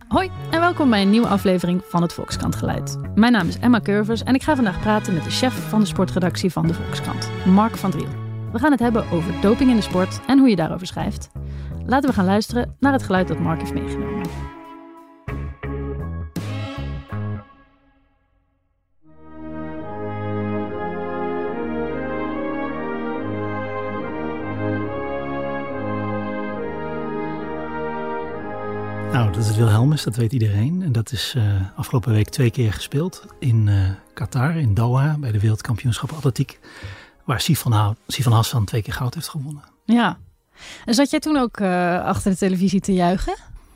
Hoi en welkom bij een nieuwe aflevering van het Volkskrant Geluid. Mijn naam is Emma Curvers en ik ga vandaag praten met de chef van de sportredactie van de Volkskrant, Mark van Driel. We gaan het hebben over doping in de sport en hoe je daarover schrijft. Laten we gaan luisteren naar het geluid dat Mark heeft meegenomen. Nou, dat is het Wilhelmus, dat weet iedereen. En dat is afgelopen week 2 keer gespeeld in Qatar, in Doha, bij de Wereldkampioenschap Atletiek. Waar Sifan Hassan 2 keer goud heeft gewonnen. Ja, en zat jij toen ook achter de televisie te juichen?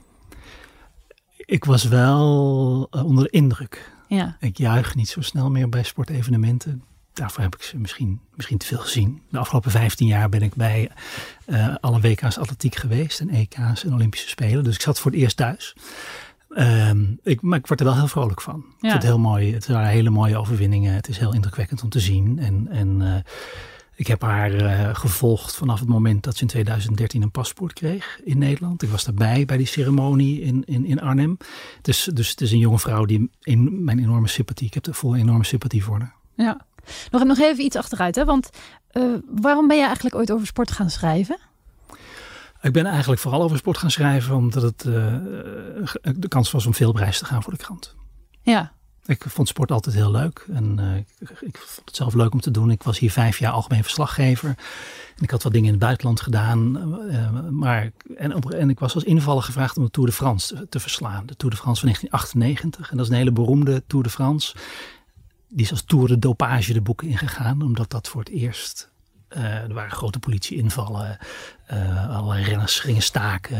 Ik was wel onder de indruk. Ja. Ik juich niet zo snel meer bij sportevenementen. Daarvoor heb ik ze misschien te veel gezien. De afgelopen 15 jaar ben ik bij alle WK's atletiek geweest. En EK's en Olympische Spelen. Dus ik zat voor het eerst thuis. Maar ik word er wel heel vrolijk van. Ja. Ik vind het heel mooi. Het waren hele mooie overwinningen. Het is heel indrukwekkend om te zien. En ik heb haar gevolgd vanaf het moment dat ze in 2013 een paspoort kreeg in Nederland. Ik was daarbij bij die ceremonie in Arnhem. Dus het is een jonge vrouw die mijn enorme sympathie. Ik heb er vol enorme sympathie voor haar. Ja. Nog even iets achteruit, hè? Want waarom ben je eigenlijk ooit over sport gaan schrijven? Ik ben eigenlijk vooral over sport gaan schrijven omdat het de kans was om veel prijs te gaan voor de krant. Ja. Ik vond sport altijd heel leuk en ik vond het zelf leuk om te doen. Ik was hier 5 jaar algemeen verslaggever en ik had wat dingen in het buitenland gedaan. En ik was als invaller gevraagd om de Tour de France te verslaan. De Tour de France van 1998 en dat is een hele beroemde Tour de France. Die is als Tour de Dopage de boeken ingegaan, omdat dat voor het eerst... er waren grote politieinvallen, allerlei renners gingen staken,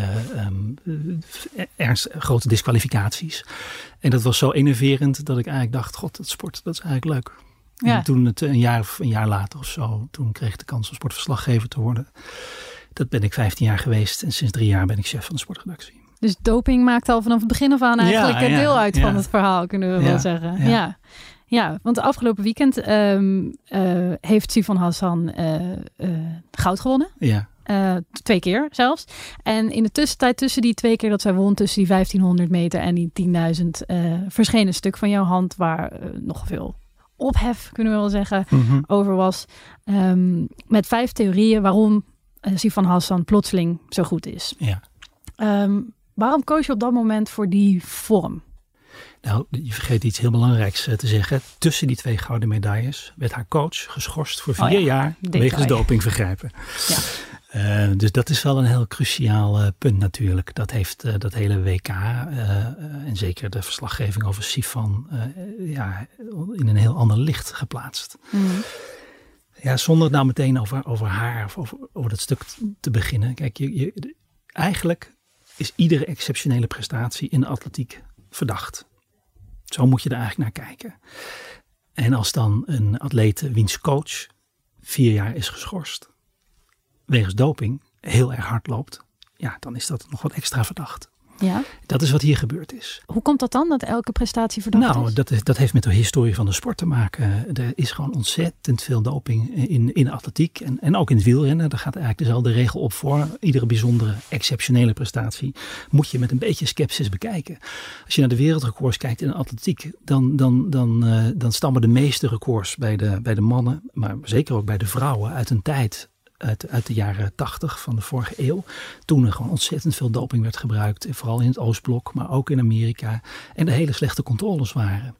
grote disqualificaties. En dat was zo enerverend dat ik eigenlijk dacht, god, dat sport, dat is eigenlijk leuk. Ja. En toen het een jaar later of zo, toen kreeg ik de kans om sportverslaggever te worden. Dat ben ik 15 jaar geweest en sinds 3 jaar ben ik chef van de sportredactie. Dus doping maakt al vanaf het begin af aan eigenlijk een deel uit van het verhaal, kunnen we wel zeggen. Ja, want de afgelopen weekend heeft Sifan Hassan goud gewonnen. Ja. 2 keer zelfs. En in de tussentijd tussen die 2 keer dat zij won, tussen die 1500 meter en die 10.000, verscheen een stuk van jouw hand waar nog veel ophef, kunnen we wel zeggen, over was. Met 5 theorieën waarom Sifan Hassan plotseling zo goed is. Ja. Waarom koos je op dat moment voor die vorm? Nou, je vergeet iets heel belangrijks te zeggen. Tussen die 2 gouden medailles werd haar coach geschorst voor 4 jaar wegens dopingvergrijpen. Ja. Dus dat is wel een heel cruciaal punt natuurlijk. Dat heeft dat hele WK en zeker de verslaggeving over Sifan in een heel ander licht geplaatst. Ja, zonder nou meteen over haar of over dat stuk te beginnen. Kijk, eigenlijk is iedere exceptionele prestatie in de atletiek verdacht. Zo moet je er eigenlijk naar kijken. En als dan een atleet wiens coach 4 jaar is geschorst wegens doping heel erg hard loopt, ja, dan is dat nog wat extra verdacht. Ja. Dat is wat hier gebeurd is. Hoe komt dat dan, dat elke prestatie verdacht is? Nou, dat heeft met de historie van de sport te maken. Er is gewoon ontzettend veel doping in de atletiek en ook in het wielrennen. Daar gaat eigenlijk dezelfde regel op voor. Iedere bijzondere, exceptionele prestatie moet je met een beetje sceptisch bekijken. Als je naar de wereldrecords kijkt in de atletiek, dan stammen de meeste records bij de mannen, maar zeker ook bij de vrouwen uit een tijd uit de jaren 80 van de vorige eeuw. Toen er gewoon ontzettend veel doping werd gebruikt. Vooral in het Oostblok, maar ook in Amerika. En er hele slechte controles waren.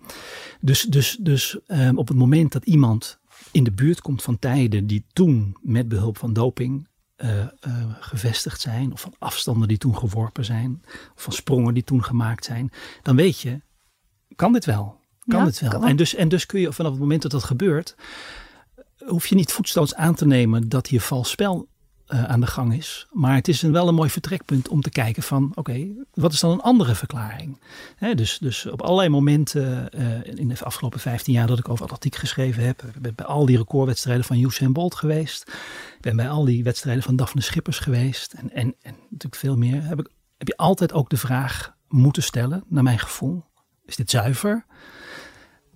Dus op het moment dat iemand in de buurt komt van tijden die toen met behulp van doping gevestigd zijn. Of van afstanden die toen geworpen zijn. Of van sprongen die toen gemaakt zijn. Dan weet je, kan dit wel? Kan dit wel? En dus kun je vanaf het moment dat dat gebeurt, hoef je niet voetstoots aan te nemen dat hier vals spel aan de gang is. Maar het is wel een mooi vertrekpunt om te kijken van oké, wat is dan een andere verklaring? Dus op allerlei momenten in de afgelopen 15 jaar dat ik over atletiek geschreven heb. Ik ben bij al die recordwedstrijden van Usain Bolt geweest. Ik ben bij al die wedstrijden van Daphne Schippers geweest. En natuurlijk veel meer. Heb je altijd ook de vraag moeten stellen, naar mijn gevoel. Is dit zuiver?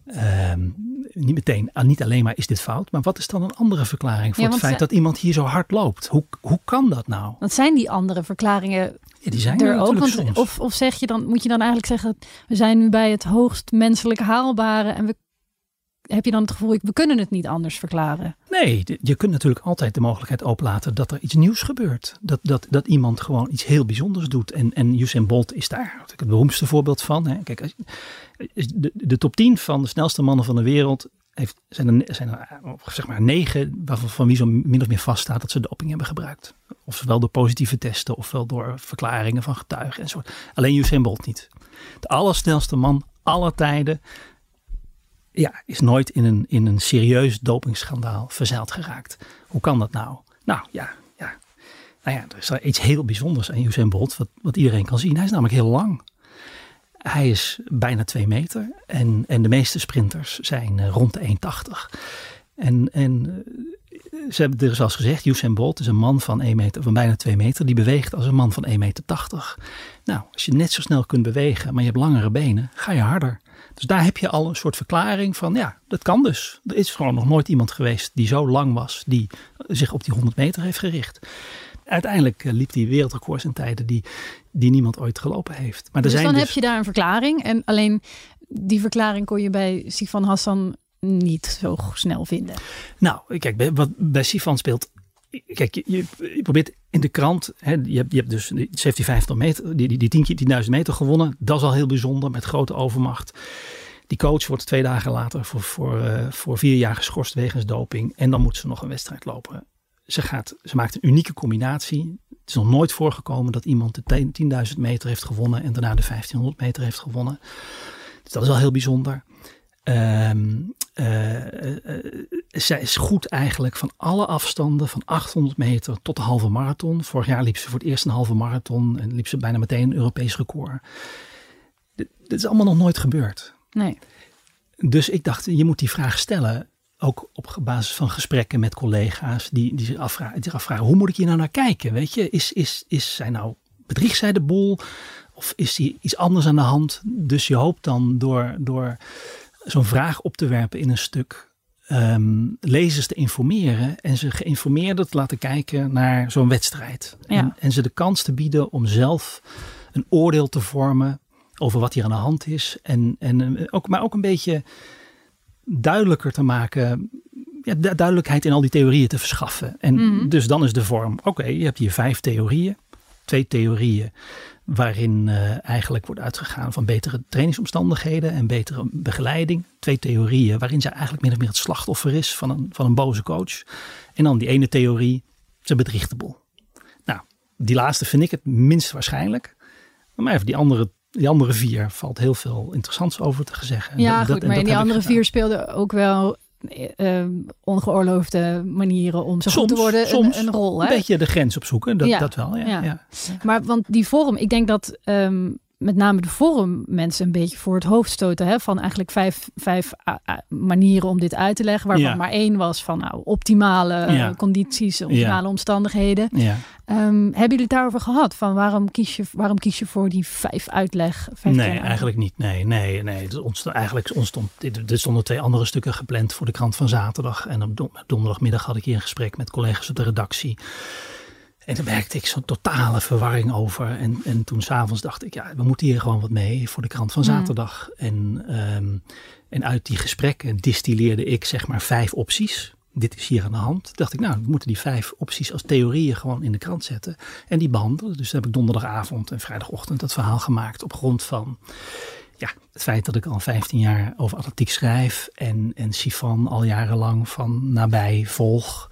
Niet alleen maar is dit fout, maar wat is dan een andere verklaring voor het feit dat iemand hier zo hard loopt? Hoe kan dat nou? Wat zijn die andere verklaringen? Ja, die zijn er ook. Want, of zeg je dan, moet je dan eigenlijk zeggen, we zijn nu bij het hoogst menselijk haalbare en heb je dan het gevoel, we kunnen het niet anders verklaren? Nee, je kunt natuurlijk altijd de mogelijkheid openlaten dat er iets nieuws gebeurt. Dat iemand gewoon iets heel bijzonders doet. En Usain Bolt is daar het beroemdste voorbeeld van. Hè. Kijk, de top 10 van de snelste mannen van de wereld zijn er zeg maar 9 van wie zo min of meer vaststaat dat ze doping hebben gebruikt. Ofwel door positieve testen, ofwel door verklaringen van getuigen en zo. Alleen Usain Bolt niet. De allersnelste man aller tijden is nooit in een serieus dopingschandaal verzeild geraakt. Hoe kan dat nou? Nou ja, er is er iets heel bijzonders aan Usain Bolt, wat iedereen kan zien. Hij is namelijk heel lang. Hij is bijna 2 meter en de meeste sprinters zijn rond de 1,80. En ze hebben er zelfs gezegd, Usain Bolt is een man van bijna 2 meter. Die beweegt als een man van 1,80 meter. Nou, als je net zo snel kunt bewegen, maar je hebt langere benen, ga je harder. Dus daar heb je al een soort verklaring van, ja, dat kan dus. Er is gewoon nog nooit iemand geweest die zo lang was, die zich op die 100 meter heeft gericht. Uiteindelijk liep die wereldrecords in tijden die niemand ooit gelopen heeft. Maar dan heb je daar een verklaring. En alleen die verklaring kon je bij Sifan Hassan niet zo snel vinden. Nou, kijk, wat bij Sifan speelt. Kijk, je probeert in de krant. Je hebt dus 1750 meter, die 10.000 meter gewonnen. Dat is al heel bijzonder met grote overmacht. Die coach wordt 2 dagen later voor 4 jaar geschorst wegens doping. En dan moet ze nog een wedstrijd lopen. Ze maakt een unieke combinatie. Het is nog nooit voorgekomen dat iemand de 10.000 meter heeft gewonnen en daarna de 1500 meter heeft gewonnen. Dus dat is wel heel bijzonder. Zij is goed eigenlijk van alle afstanden, van 800 meter tot de halve marathon. Vorig jaar liep ze voor het eerst een halve marathon en liep ze bijna meteen een Europees record. Dit is allemaal nog nooit gebeurd. Nee. Dus ik dacht, je moet die vraag stellen. Ook op basis van gesprekken met collega's die zich afvragen, hoe moet ik hier nou naar kijken? Weet je, bedriegt zij de boel of is er iets anders aan de hand? Dus je hoopt dan door zo'n vraag op te werpen in een stuk, lezers te informeren en ze geïnformeerder te laten kijken naar zo'n wedstrijd. Ja. En ze de kans te bieden om zelf een oordeel te vormen over wat hier aan de hand is. Maar ook een beetje duidelijker te maken, duidelijkheid in al die theorieën te verschaffen. En dus dan is de vorm, je hebt hier 5 theorieën. 2 theorieën waarin eigenlijk wordt uitgegaan van betere trainingsomstandigheden en betere begeleiding. 2 theorieën waarin zij eigenlijk min of meer het slachtoffer is van een boze coach. En dan die ene theorie, ze bedriegt de boel. Nou, die laatste vind ik het minst waarschijnlijk. Maar even die andere 4 valt heel veel interessants over te zeggen. Ja, goed, maar in die andere 4 speelden ook wel ongeoorloofde manieren om zo goed te worden een rol. Hè? Een beetje de grens opzoeken, dat wel. Ja. Maar want die vorm, ik denk dat met name de vorm mensen een beetje voor het hoofd stoten. Hè? Van eigenlijk 5 manieren om dit uit te leggen. Waarvan maar 1 was van optimale condities, optimale omstandigheden. Ja. Hebben jullie het daarover gehad? Van waarom kies je voor die 5 uitleg? Nee, eigenlijk niet. Nee. Er stonden 2 andere stukken gepland voor de krant van zaterdag. En op donderdagmiddag had ik hier een gesprek met collega's op de redactie. En daar merkte ik zo'n totale verwarring over. En toen 's avonds dacht ik, we moeten hier gewoon wat mee voor de krant van zaterdag. En uit die gesprekken distilleerde ik zeg maar 5 opties. Dit is hier aan de hand. Dacht ik, we moeten die 5 opties als theorieën gewoon in de krant zetten. En die behandelen. Dus heb ik donderdagavond en vrijdagochtend dat verhaal gemaakt op grond van het feit dat ik al 15 jaar over atletiek schrijf. En Sifan al jarenlang van nabij volg.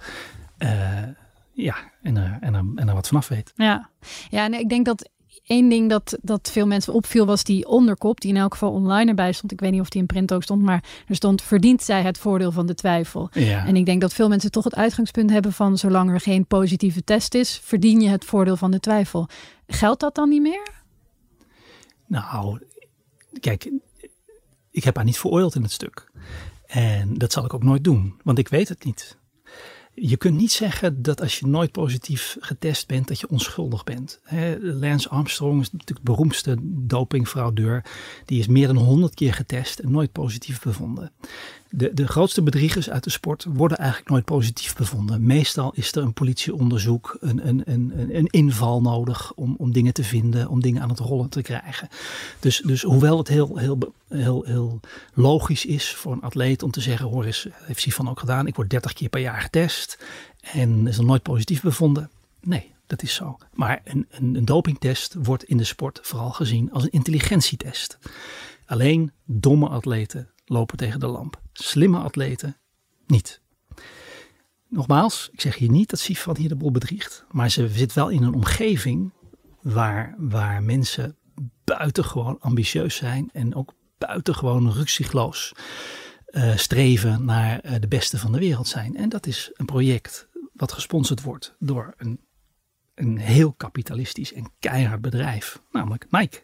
En er wat vanaf weet. Ja, en ik denk dat 1 ding dat veel mensen opviel was die onderkop, die in elk geval online erbij stond. Ik weet niet of die in print ook stond, maar er stond: verdient zij het voordeel van de twijfel? Ja. En ik denk dat veel mensen toch het uitgangspunt hebben van: zolang er geen positieve test is, verdien je het voordeel van de twijfel. Geldt dat dan niet meer? Nou, kijk, ik heb haar niet veroordeeld in het stuk. En dat zal ik ook nooit doen, want ik weet het niet. Je kunt niet zeggen dat als je nooit positief getest bent, dat je onschuldig bent. Lance Armstrong is natuurlijk de beroemdste dopingfraudeur. Die is meer dan 100 keer getest en nooit positief bevonden. De grootste bedriegers uit de sport worden eigenlijk nooit positief bevonden. Meestal is er een politieonderzoek, een inval nodig om dingen te vinden, om dingen aan het rollen te krijgen. Dus hoewel het heel logisch is voor een atleet om te zeggen, hoor eens, heeft Sifan ook gedaan, ik word 30 keer per jaar getest en is er nooit positief bevonden. Nee, dat is zo. Maar een dopingtest wordt in de sport vooral gezien als een intelligentietest. Alleen domme atleten lopen tegen de lamp. Slimme atleten niet. Nogmaals, ik zeg hier niet dat Sifan hier de boel bedriegt. Maar ze zit wel in een omgeving waar mensen buitengewoon ambitieus zijn. En ook buitengewoon ruksigloos streven naar de beste van de wereld zijn. En dat is een project wat gesponsord wordt door een heel kapitalistisch en keihard bedrijf. Namelijk Nike.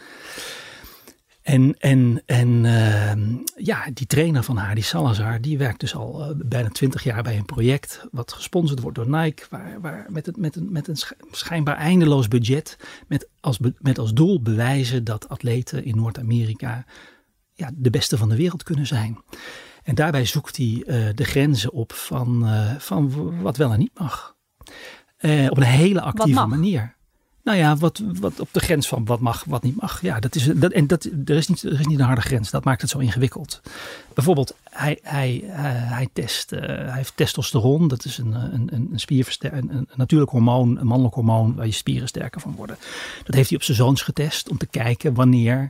Die trainer van haar, die Salazar, die werkt dus al bijna 20 jaar bij een project wat gesponsord wordt door Nike, waar met een schijnbaar eindeloos budget, met als doel bewijzen dat atleten in Noord-Amerika de beste van de wereld kunnen zijn. En daarbij zoekt hij de grenzen op van wat wel en niet mag. Op een hele actieve manier. Nou ja, wat op de grens van wat mag, wat niet mag. Ja, er is niet een harde grens. Dat maakt het zo ingewikkeld. Bijvoorbeeld, hij heeft testosteron. Dat is een natuurlijk hormoon, een mannelijk hormoon waar je spieren sterker van worden. Dat heeft hij op zijn zoons getest om te kijken wanneer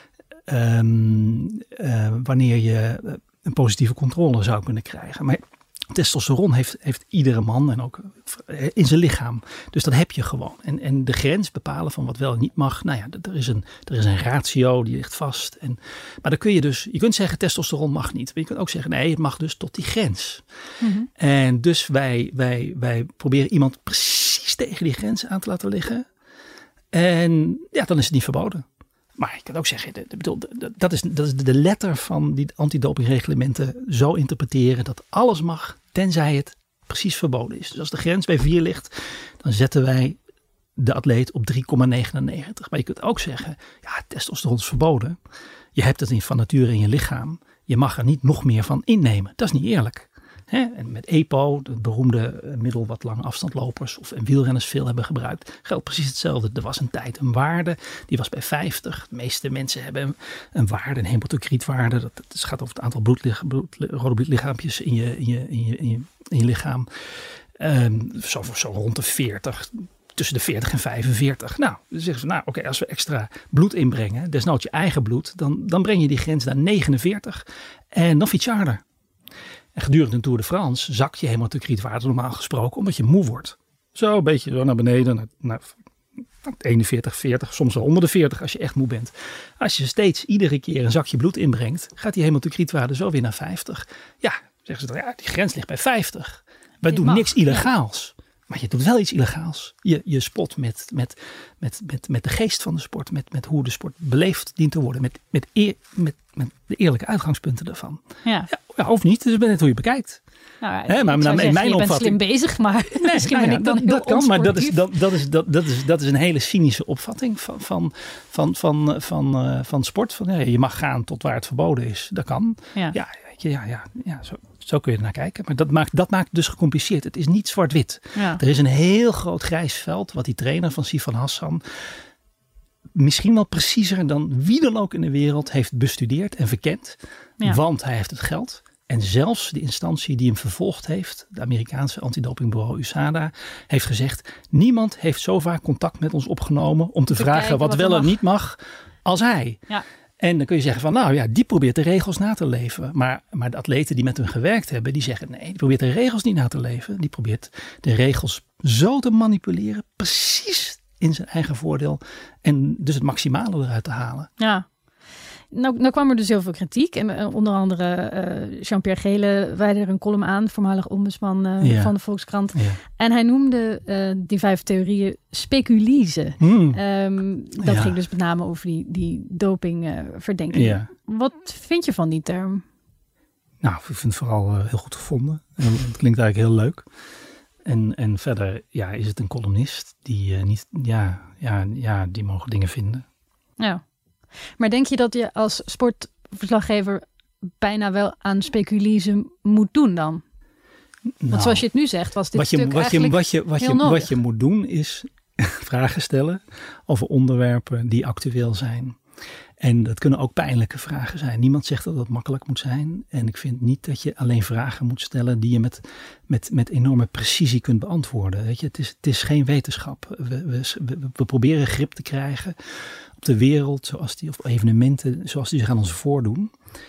je een positieve controle zou kunnen krijgen. Maar testosteron heeft iedere man en ook in zijn lichaam. Dus dat heb je gewoon. En de grens bepalen van wat wel en niet mag. Nou ja, er is een ratio, die ligt vast. Maar dan kun je kunt zeggen testosteron mag niet. Maar je kunt ook zeggen nee, het mag dus tot die grens. Mm-hmm. En dus wij proberen iemand precies tegen die grens aan te laten liggen. En ja, dan is het niet verboden. Maar je kan ook zeggen, dat is de letter van die antidopingreglementen zo interpreteren dat alles mag, tenzij het precies verboden is. Dus als de grens bij 4 ligt, dan zetten wij de atleet op 3,99. Maar je kunt ook zeggen, ja, testosteron is verboden. Je hebt het van nature in je lichaam. Je mag er niet nog meer van innemen. Dat is niet eerlijk. En met EPO, het beroemde middel wat lange afstandlopers en wielrenners veel hebben gebruikt, geldt precies hetzelfde. Er was een tijd een waarde, die was bij 50. De meeste mensen hebben een waarde, een hematocrietwaarde. Dat gaat over het aantal rode bloedlichaampjes in je lichaam. Zo rond de 40, tussen de 40 en 45. Nou, dan zeggen ze, oké, als we extra bloed inbrengen, desnoods je eigen bloed, dan breng je die grens naar 49 en dan fiets je harder. En gedurende een Tour de France zakt je hematocrietwaarde normaal gesproken omdat je moe wordt. Zo een beetje zo naar beneden, naar 41, 40, soms wel onder de 40 als je echt moe bent. Als je steeds iedere keer een zakje bloed inbrengt, gaat die hematocrietwaarde zo weer naar 50. Ja, zeggen ze dan, die grens ligt bij 50. Wij doen niks illegaals. Maar je doet wel iets illegaals. Je spot met de geest van de sport. Met hoe de sport beleefd dient te worden. Met de eerlijke uitgangspunten daarvan. Ja, of niet. Dus net hoe je bekijkt. Nou, maar in mijn opvatting. Je bent slim bezig, maar misschien ben ik dan heel dat kan, maar dat is een hele cynische opvatting van sport. Je mag gaan tot waar het verboden is. Dat kan. Zo kun je er naar kijken. Maar dat maakt het dus gecompliceerd. Het is niet zwart-wit. Ja. Er is een heel groot grijs veld wat die trainer van Sifan Hassan misschien wel preciezer dan wie dan ook in de wereld heeft bestudeerd en verkend. Ja. Want hij heeft het geld. En zelfs de instantie die hem vervolgd heeft, de Amerikaanse antidopingbureau USADA, heeft gezegd, niemand heeft zo vaak contact met ons opgenomen om te vragen wat wel en niet mag als hij. Ja. En dan kun je zeggen van, die probeert de regels na te leven. Maar de atleten die met hem gewerkt hebben, die zeggen, nee, die probeert de regels niet na te leven. Die probeert de regels zo te manipuleren, precies in zijn eigen voordeel. En dus het maximale eruit te halen. Ja. Nou kwam er dus heel veel kritiek. En onder andere Jean-Pierre Gele wijde er een column aan, voormalig ombudsman van de Volkskrant. Ja. En hij noemde die 5 theorieën speculize. Dat ging dus met name over die dopingverdenking. Ja. Wat vind je van die term? Nou, ik vind het vooral heel goed gevonden. Het klinkt eigenlijk heel leuk. En verder is het een columnist die die mogen dingen vinden. Ja. Maar denk je dat je als sportverslaggever bijna wel aan speculizen moet doen dan? Want zoals je het nu zegt, was dit stuk eigenlijk heel nodig. Wat je moet doen is vragen stellen over onderwerpen die actueel zijn. En dat kunnen ook pijnlijke vragen zijn. Niemand zegt dat het makkelijk moet zijn. En ik vind niet dat je alleen vragen moet stellen die je met enorme precisie kunt beantwoorden. Weet je, het is geen wetenschap. We proberen grip te krijgen op de wereld of evenementen zoals die zich aan ons voordoen.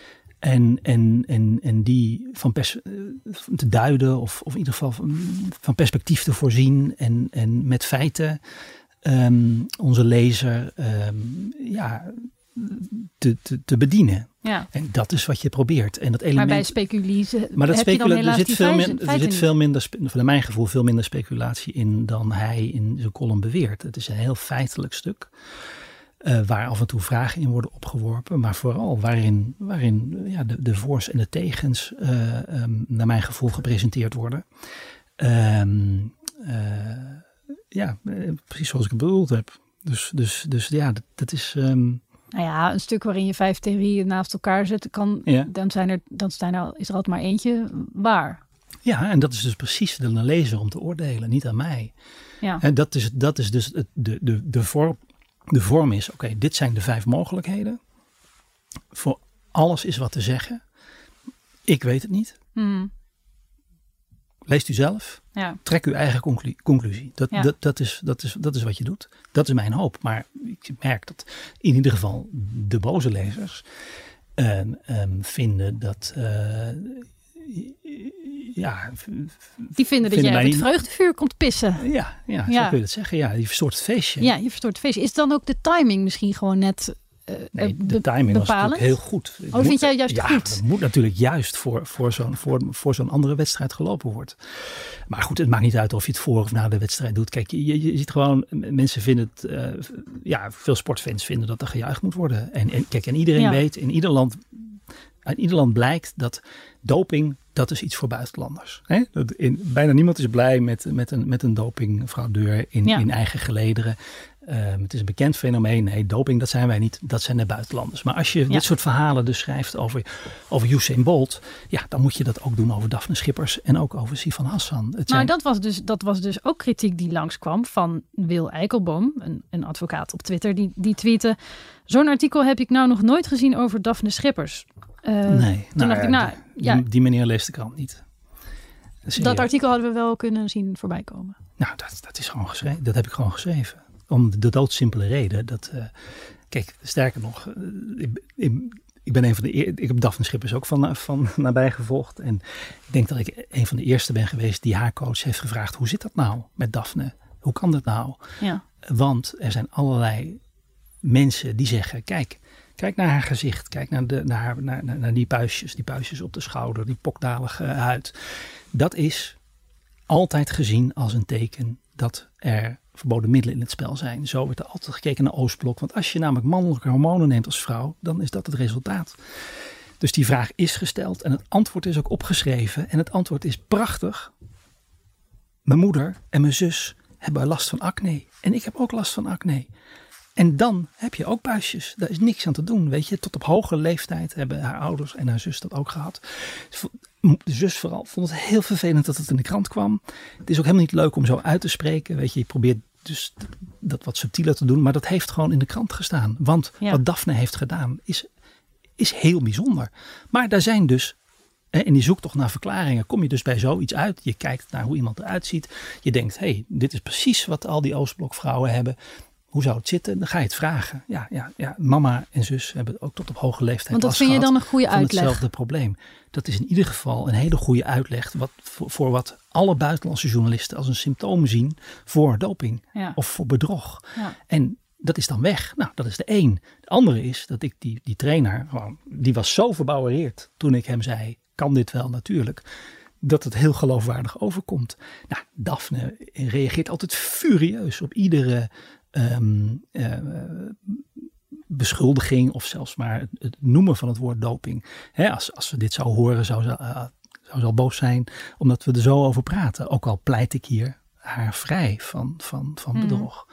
En die te duiden of in ieder geval van perspectief te voorzien en met feiten onze lezer te bedienen. Ja. En dat is wat je probeert. En dat element, maar bij speculies er zit veel minder, naar mijn gevoel, veel minder speculatie in dan hij in zijn column beweert. Het is een heel feitelijk stuk. Waar af en toe vragen in worden opgeworpen. Maar vooral waarin de voor's en de tegens naar mijn gevoel gepresenteerd worden. Precies zoals ik het bedoeld heb. Dus dat is... Nou ja, een stuk waarin je 5 theorieën naast elkaar zet, is er altijd maar eentje waar. Ja, en dat is dus precies aan de lezer om te oordelen, niet aan mij. Ja. En dat is dus de vorm. De vorm is, oké, dit zijn de 5 mogelijkheden. Voor alles is wat te zeggen. Ik weet het niet. Leest u zelf. Ja. Trek uw eigen conclusie. Dat is wat je doet. Dat is mijn hoop. Maar ik merk dat in ieder geval de boze lezers vinden dat... die vinden dat jij op het vreugdevuur komt pissen. Ja, zo kun je dat zeggen. Ja, je verstoort het feestje. Ja, je verstoort het feestje. Is dan ook de timing misschien gewoon net de timing was natuurlijk heel goed. Vind jij juist goed? Het moet natuurlijk juist voor zo'n andere wedstrijd gelopen wordt. Maar goed, het maakt niet uit of je het voor of na de wedstrijd doet. Kijk, je ziet gewoon, mensen vinden het... veel sportfans vinden dat er gejuicht moet worden. En iedereen weet, in ieder land blijkt dat doping, dat is iets voor buitenlanders. Hè? Bijna niemand is blij met een dopingfraudeur in eigen gelederen. Het is een bekend fenomeen. Nee, doping, dat zijn wij niet. Dat zijn de buitenlanders. Maar als je dit soort verhalen dus schrijft over Usain Bolt, dan moet je dat ook doen over Daphne Schippers en ook over Sifan Hassan. Dat was dus ook kritiek die langskwam van Wil Eikelboom, een advocaat op Twitter, die tweette: zo'n artikel heb ik nou nog nooit gezien over Daphne Schippers. Die meneer leest de krant niet. Dat artikel hadden we wel kunnen zien voorbij komen. Nou, dat is gewoon geschreven. Dat heb ik gewoon geschreven. Om de doodsimpele reden dat... kijk, sterker nog... Ik ben een van de ik heb Daphne Schippers ook van nabij gevolgd. En ik denk dat ik een van de eerste ben geweest die haar coach heeft gevraagd: hoe zit dat nou met Daphne? Hoe kan dat nou? Ja. Want er zijn allerlei mensen die zeggen: kijk naar haar gezicht. Kijk naar die puistjes op de schouder. Die pokdalige huid. Dat is altijd gezien als een teken dat er verboden middelen in het spel zijn. Zo wordt er altijd gekeken naar Oostblok. Want als je namelijk mannelijke hormonen neemt als vrouw, dan is dat het resultaat. Dus die vraag is gesteld en het antwoord is ook opgeschreven. En het antwoord is prachtig. Mijn moeder en mijn zus hebben last van acne. En ik heb ook last van acne. En dan heb je ook puistjes. Daar is niks aan te doen. Weet je, tot op hoge leeftijd hebben haar ouders en haar zus dat ook gehad. De zus vooral vond het heel vervelend dat het in de krant kwam. Het is ook helemaal niet leuk om zo uit te spreken. Weet je probeert dus dat wat subtieler te doen. Maar dat heeft gewoon in de krant gestaan. Want wat Daphne heeft gedaan is heel bijzonder. Maar daar zijn dus... En die zoektocht naar verklaringen, kom je dus bij zoiets uit. Je kijkt naar hoe iemand eruit ziet. Je denkt, dit is precies wat al die Oostblokvrouwen hebben. Hoe zou het zitten? Dan ga je het vragen. Ja, mama en zus hebben ook tot op hoge leeftijd. Want dat vind je dan een goede uitleg? Hetzelfde probleem. Dat is in ieder geval een hele goede uitleg voor wat alle buitenlandse journalisten als een symptoom zien voor doping of voor bedrog. Ja. En dat is dan weg. Nou, dat is de een. De andere is dat ik die trainer, die was zo verbouwereerd toen ik hem zei: kan dit wel natuurlijk? Dat het heel geloofwaardig overkomt. Nou, Daphne reageert altijd furieus op iedere beschuldiging of zelfs maar het noemen van het woord doping. Als we dit zouden horen, zou ze al boos zijn omdat we er zo over praten. Ook al pleit ik hier haar vrij van bedrog.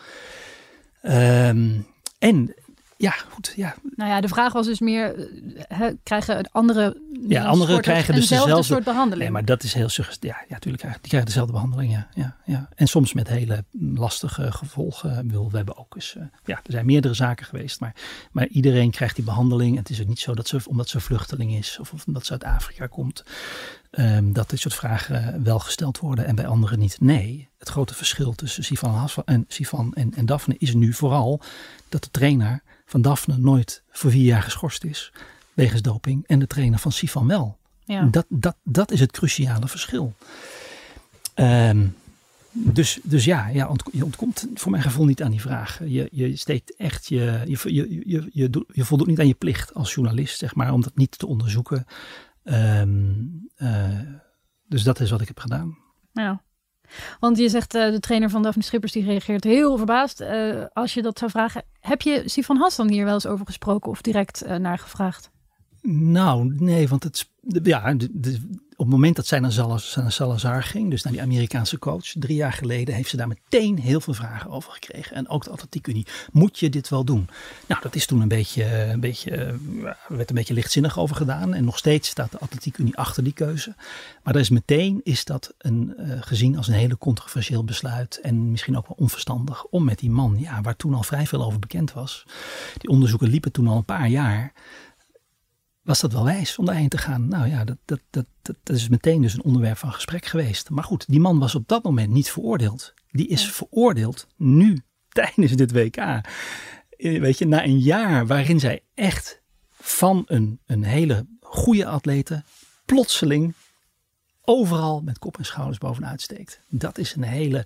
En ja, goed. Ja. Nou ja, de vraag was dus meer, krijgen anderen krijgen dus dezelfde soort behandeling? Nee, maar dat is heel suggestief. Ja, natuurlijk. Die krijgen dezelfde behandeling, ja. En soms met hele lastige gevolgen. We hebben ook eens, er zijn meerdere zaken geweest, maar iedereen krijgt die behandeling. Het is ook niet zo dat omdat ze vluchteling is of omdat ze uit Afrika komt, dat dit soort vragen wel gesteld worden en bij anderen niet. Nee, het grote verschil tussen Sifan en Daphne is nu vooral dat de trainer van Daphne nooit voor 4 jaar geschorst is wegens doping en de trainer van Sifan wel. Ja. Dat is het cruciale verschil. Dus ja, je ontkomt voor mijn gevoel niet aan die vraag. Je steekt echt je voldoet niet aan je plicht als journalist, zeg maar, om dat niet te onderzoeken. Dus dat is wat ik heb gedaan. Ja. Want je zegt, de trainer van Daphne Schippers die reageert heel verbaasd. Als je dat zou vragen, heb je Sifan Hassan hier wel eens over gesproken of direct naar gevraagd? Nou, nee, want op het moment dat zij naar Salazar ging, dus naar die Amerikaanse coach, 3 jaar geleden, heeft ze daar meteen heel veel vragen over gekregen. En ook de Atletiek Unie. Moet je dit wel doen? Nou, dat is toen werd een beetje lichtzinnig over gedaan. En nog steeds staat de Atletiek Unie achter die keuze. Maar is dat gezien als een hele controversieel besluit. En misschien ook wel onverstandig om met die man, waar toen al vrij veel over bekend was. Die onderzoeken liepen toen al een paar jaar. Was dat wel wijs om daarheen te gaan? Nou ja, dat is meteen dus een onderwerp van gesprek geweest. Maar goed, die man was op dat moment niet veroordeeld. Die is veroordeeld nu, tijdens dit WK. Weet je, na een jaar waarin zij echt van een hele goede atlete plotseling overal met kop en schouders bovenuit steekt. Dat is een hele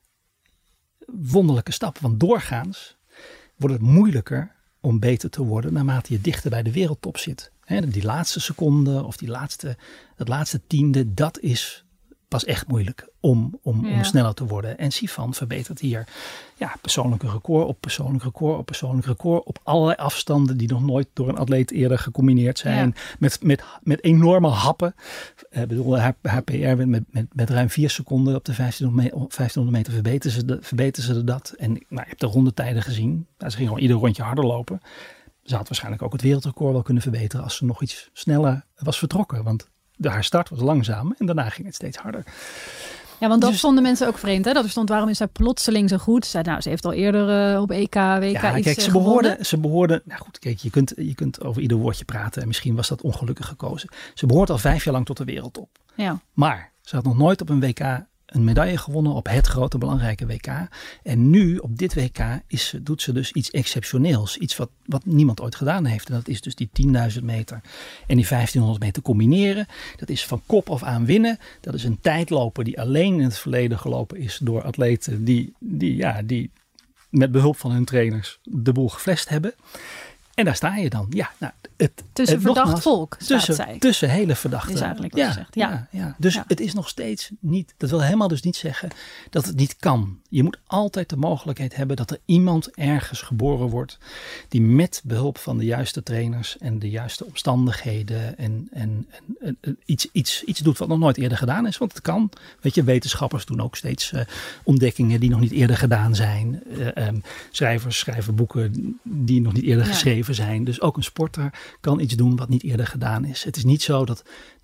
wonderlijke stap. Want doorgaans wordt het moeilijker om beter te worden naarmate je dichter bij de wereldtop zit. Die laatste seconde of dat laatste tiende, dat is pas echt moeilijk om sneller te worden. En Sifan verbetert hier persoonlijke record op persoonlijk record op persoonlijk record op allerlei afstanden die nog nooit door een atleet eerder gecombineerd zijn. Ja. Met enorme happen. Haar PR werd met ruim 4 seconden op de 1500 meter verbeteren ze dat. En je hebt de rondetijden gezien. Ze ging gewoon ieder rondje harder lopen. Ze had waarschijnlijk ook het wereldrecord wel kunnen verbeteren als ze nog iets sneller was vertrokken. Want haar start was langzaam en daarna ging het steeds harder. Ja, want dat vonden mensen ook vreemd. Hè? Dat er stond, waarom is zij plotseling zo goed? Ze heeft al eerder op EK, WK iets ze behoorde. Nou goed, kijk, je kunt over ieder woordje praten. En misschien was dat ongelukkig gekozen. Ze behoort al 5 jaar lang tot de wereldtop. Ja. Maar ze had nog nooit op een WK een medaille gewonnen op het grote belangrijke WK. En nu op dit WK doet ze dus iets exceptioneels. Iets wat niemand ooit gedaan heeft. En dat is dus die 10.000 meter en die 1500 meter combineren. Dat is van kop af aan winnen. Dat is een tijdloper die alleen in het verleden gelopen is door atleten die met behulp van hun trainers de boel geflasht hebben. En daar sta je dan. Ja, nou, tussen verdacht volk staat zij. Tussen hele verdachten. Is eigenlijk wat je zegt. Ja. Dus het is nog steeds niet. Dat wil helemaal dus niet zeggen dat het niet kan. Je moet altijd de mogelijkheid hebben dat er iemand ergens geboren wordt die met behulp van de juiste trainers en de juiste omstandigheden en iets doet wat nog nooit eerder gedaan is. Want het kan. Weet je, wetenschappers doen ook steeds ontdekkingen die nog niet eerder gedaan zijn. Schrijvers schrijven boeken die nog niet eerder geschreven zijn. Dus ook een sporter kan iets doen wat niet eerder gedaan is. Het is niet zo dat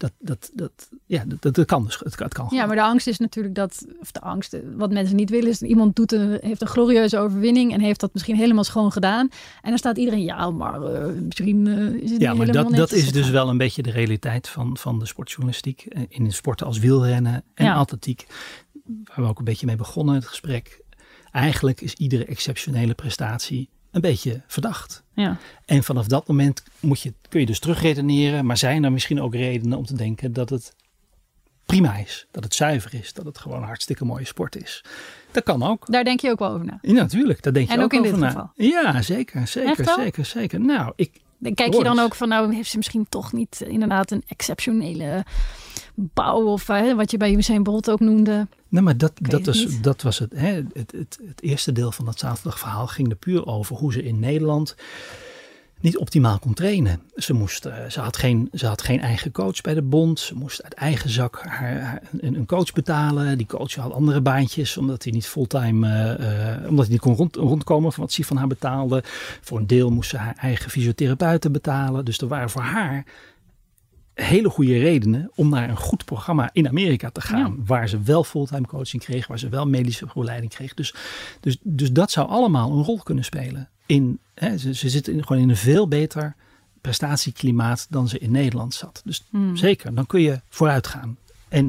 kan dus. Het kan. Ja, maar de angst is natuurlijk wat mensen niet willen is iemand heeft een glorieuze overwinning en heeft dat misschien helemaal schoon gedaan. En dan staat iedereen, misschien is het niet helemaal netjes. Dat is dus wel een beetje de realiteit van de sportjournalistiek in sporten als wielrennen en atletiek, waar we ook een beetje mee begonnen het gesprek. Eigenlijk is iedere exceptionele prestatie een beetje verdacht. Ja. En vanaf dat moment kun je dus terugredeneren, maar zijn er misschien ook redenen om te denken dat het prima is, dat het zuiver is, dat het gewoon een hartstikke mooie sport is. Dat kan ook. Daar denk je ook wel over na. Ja, natuurlijk, daar denk je ook over na. En ook in dit geval? Ja, zeker. Nou, kijk je dan ook van, heeft ze misschien toch niet inderdaad een exceptionele bouw of wat je bij Usain Bolt ook noemde? Nee, maar dat was het. Het eerste deel van dat zaterdagverhaal ging er puur over hoe ze in Nederland niet optimaal kon trainen. Ze had geen eigen coach bij de bond. Ze moest uit eigen zak een coach betalen. Die coach had andere baantjes, omdat hij niet fulltime, omdat hij niet kon rondkomen van wat ze van haar betaalde. Voor een deel moest ze haar eigen fysiotherapeuten betalen. Dus er waren voor haar hele goede redenen om naar een goed programma in Amerika te gaan. Ja. Waar ze wel fulltime coaching kreeg, waar ze wel medische begeleiding kreeg. Dus dat zou allemaal een rol kunnen spelen. Ze zitten gewoon in een veel beter prestatieklimaat dan ze in Nederland zat. Dus zeker, dan kun je vooruit gaan.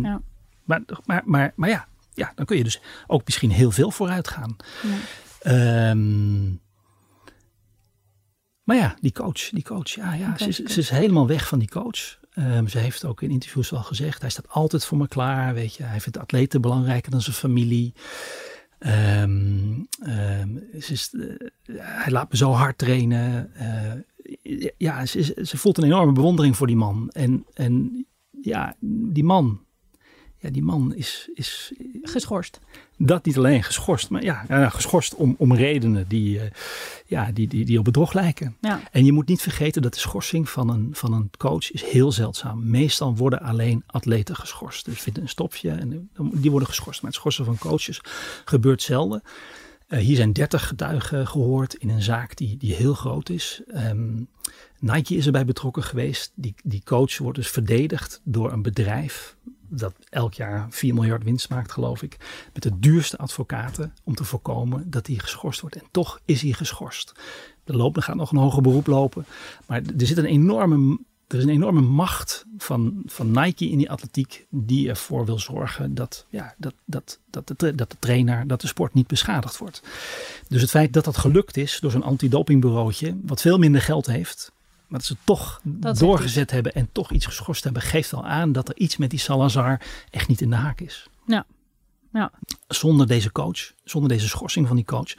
Maar dan kun je dus ook misschien heel veel vooruit gaan. Ja. Maar ja, die coach. Ze is helemaal weg van die coach. Ze heeft ook in interviews wel gezegd, hij staat altijd voor me klaar. Weet je, hij vindt de atleten belangrijker dan zijn familie. Hij laat me zo hard trainen. Ze voelt een enorme bewondering voor die man. En die man is geschorst. Dat niet alleen geschorst, maar geschorst om redenen die op bedrog lijken. Ja. En je moet niet vergeten dat de schorsing van een coach is heel zeldzaam. Meestal worden alleen atleten geschorst. Dus vinden een stopje en die worden geschorst. Maar het schorsen van coaches gebeurt zelden. Hier zijn 30 getuigen gehoord in een zaak die heel groot is. Nike is erbij betrokken geweest. Die coach wordt dus verdedigd door een bedrijf dat elk jaar 4 miljard winst maakt, geloof ik. Met de duurste advocaten om te voorkomen dat hij geschorst wordt. En toch is hij geschorst. Er gaat nog een hoger beroep lopen. Maar er is een enorme macht van Nike in die atletiek die ervoor wil zorgen dat de trainer, dat de sport niet beschadigd wordt. Dus het feit dat dat gelukt is door zo'n antidopingbureautje, wat veel minder geld heeft, maar dat ze toch doorgezet hebben en toch iets geschorst hebben, geeft al aan dat er iets met die Salazar echt niet in de haak is. Ja. Zonder deze coach, zonder deze schorsing van die coach,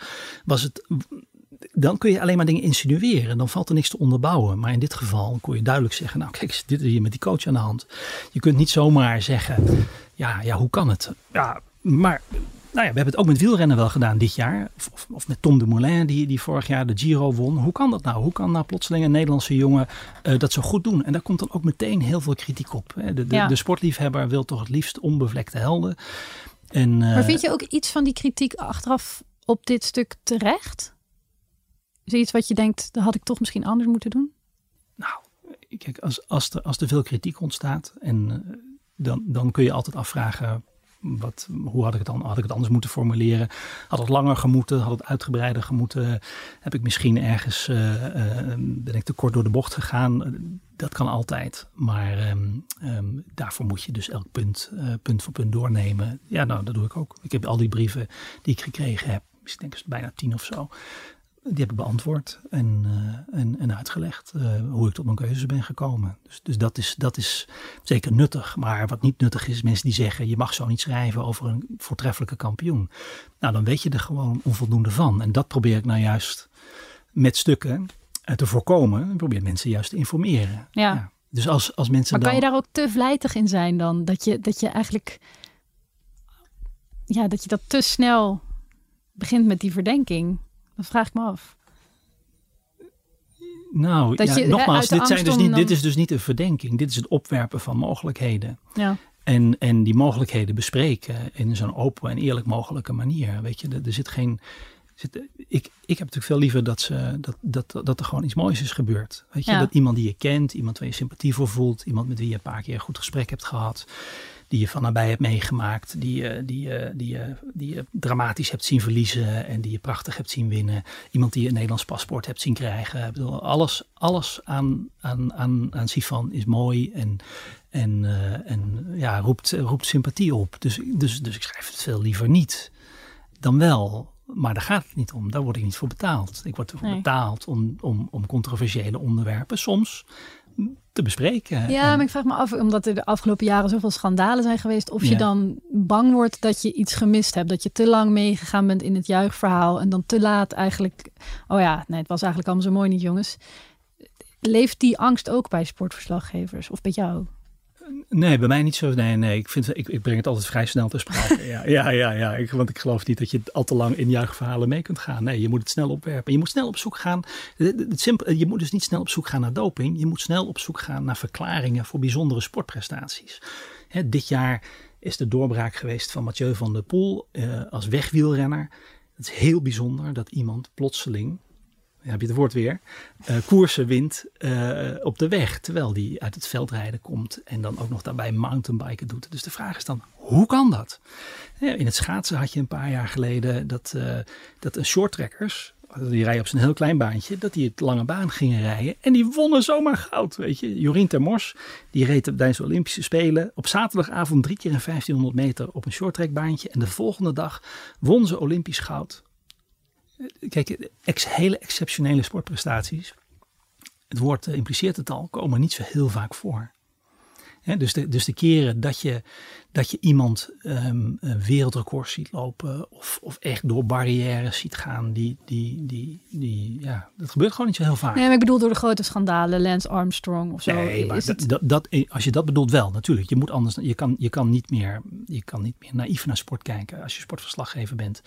dan kun je alleen maar dingen insinueren. Dan valt er niks te onderbouwen. Maar in dit geval kon je duidelijk zeggen, nou kijk, dit is hier met die coach aan de hand. Je kunt niet zomaar zeggen, hoe kan het? Ja, maar we hebben het ook met wielrennen wel gedaan dit jaar. Of met Tom Dumoulin die vorig jaar de Giro won. Hoe kan dat nou? Hoe kan nou plotseling een Nederlandse jongen dat zo goed doen? En daar komt dan ook meteen heel veel kritiek op. De sportliefhebber wil toch het liefst onbevlekte helden. Maar vind je ook iets van die kritiek achteraf op dit stuk terecht? Is er iets wat je denkt, dat had ik toch misschien anders moeten doen? Nou, kijk, als er veel kritiek ontstaat, en dan kun je altijd afvragen, hoe had ik het anders moeten formuleren? Had het langer gemoeten? Had het uitgebreider gemoeten? Heb ik misschien ergens, ben ik te kort door de bocht gegaan? Dat kan altijd. Maar daarvoor moet je dus elk punt voor punt doornemen. Ja, nou, dat doe ik ook. Ik heb al die brieven die ik gekregen heb, ik denk bijna 10 of zo. Die heb ik beantwoord en uitgelegd hoe ik tot mijn keuzes ben gekomen. Dus dat is zeker nuttig. Maar wat niet nuttig is mensen die zeggen, je mag zo niet schrijven over een voortreffelijke kampioen. Nou, dan weet je er gewoon onvoldoende van. En dat probeer ik nou juist met stukken te voorkomen. Ik probeer mensen juist te informeren. Ja. Dus als mensen maar kan je daar ook te vlijtig in zijn dan? Dat je eigenlijk, dat je dat te snel begint met die verdenking? Dat vraag ik me af. Nou, nogmaals, dit is dus niet een verdenking. Dit is het opwerpen van mogelijkheden. Ja. En die mogelijkheden bespreken in zo'n open en eerlijk mogelijke manier. Weet je, er zit geen... Ik heb natuurlijk veel liever dat er gewoon iets moois is gebeurd. Weet je, dat iemand die je kent, iemand waar je sympathie voor voelt, iemand met wie je een paar keer een goed gesprek hebt gehad, die je van nabij hebt meegemaakt, die je dramatisch hebt zien verliezen en die je prachtig hebt zien winnen. Iemand die je een Nederlands paspoort hebt zien krijgen. Ik bedoel, alles aan Sifan is mooi en roept sympathie op. Dus ik schrijf het veel liever niet dan wel. Maar daar gaat het niet om. Daar word ik niet voor betaald. Ik word ervoor betaald om controversiële onderwerpen soms te bespreken. Ja, maar ik vraag me af, omdat er de afgelopen jaren zoveel schandalen zijn geweest, of je dan bang wordt dat je iets gemist hebt. Dat je te lang meegegaan bent in het juichverhaal en dan te laat eigenlijk, het was eigenlijk allemaal zo mooi niet, jongens. Leeft die angst ook bij sportverslaggevers of bij jou? Nee, bij mij niet zo. Nee. Ik breng het altijd vrij snel ter sprake. Ja. Want ik geloof niet dat je al te lang in juichverhalen mee kunt gaan. Nee, je moet het snel opwerpen. Je moet snel op zoek gaan. Je moet dus niet snel op zoek gaan naar doping. Je moet snel op zoek gaan naar verklaringen voor bijzondere sportprestaties. Dit jaar is de doorbraak geweest van Mathieu van der Poel als wegwielrenner. Het is heel bijzonder dat iemand plotseling, heb je het woord weer, koersen wint op de weg. Terwijl die uit het veldrijden komt en dan ook nog daarbij mountainbiken doet. Dus de vraag is dan, hoe kan dat? In het schaatsen had je een paar jaar geleden dat een shorttrekkers, die rijden op zijn heel klein baantje, dat die het lange baan gingen rijden. En die wonnen zomaar goud, weet je. Jorien Termors, die reed tijdens de Olympische Spelen op zaterdagavond 3 keer 1500 meter op een shorttrackbaantje. En de volgende dag won ze Olympisch goud. Kijk, hele exceptionele sportprestaties. Het woord impliceert het al, komen niet zo heel vaak voor. Dus de keren dat je iemand een wereldrecord ziet lopen of echt door barrières ziet gaan, dat gebeurt gewoon niet zo heel vaak. Nee, maar ik bedoel door de grote schandalen, Lance Armstrong of zo. Nee, maar als je dat bedoelt wel, natuurlijk. Je moet anders, je kan niet meer naïef naar sport kijken als je sportverslaggever bent.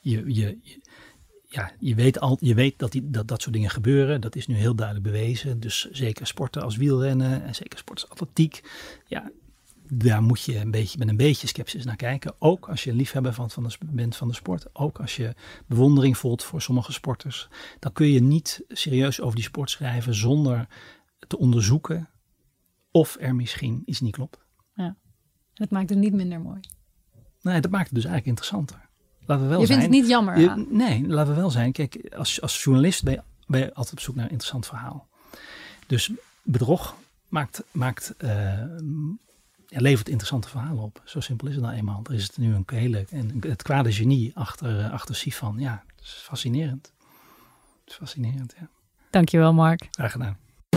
Je weet dat soort dingen gebeuren. Dat is nu heel duidelijk bewezen. Dus zeker sporten als wielrennen en zeker sporten als atletiek. Ja, daar moet je met een beetje sceptisch naar kijken. Ook als je een liefhebber bent van de sport. Ook als je bewondering voelt voor sommige sporters. Dan kun je niet serieus over die sport schrijven zonder te onderzoeken of er misschien iets niet klopt. Ja, dat maakt het niet minder mooi. Nee, dat maakt het dus eigenlijk interessanter. Laten we wel je vindt het niet jammer? Nee, laten we wel zijn. Kijk, als journalist ben je altijd op zoek naar een interessant verhaal. Dus bedrog levert interessante verhalen op. Zo simpel is het nou eenmaal. Er is nu het kwade genie achter Sifan. Ja, het is fascinerend. Het is fascinerend, ja. Dankjewel, Mark. Graag gedaan.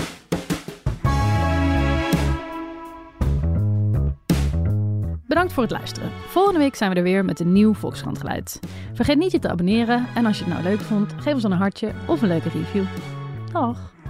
Bedankt voor het luisteren. Volgende week zijn we er weer met een nieuw Volkskrant Geluid. Vergeet niet je te abonneren en als je het nou leuk vond, geef ons dan een hartje of een leuke review. Dag!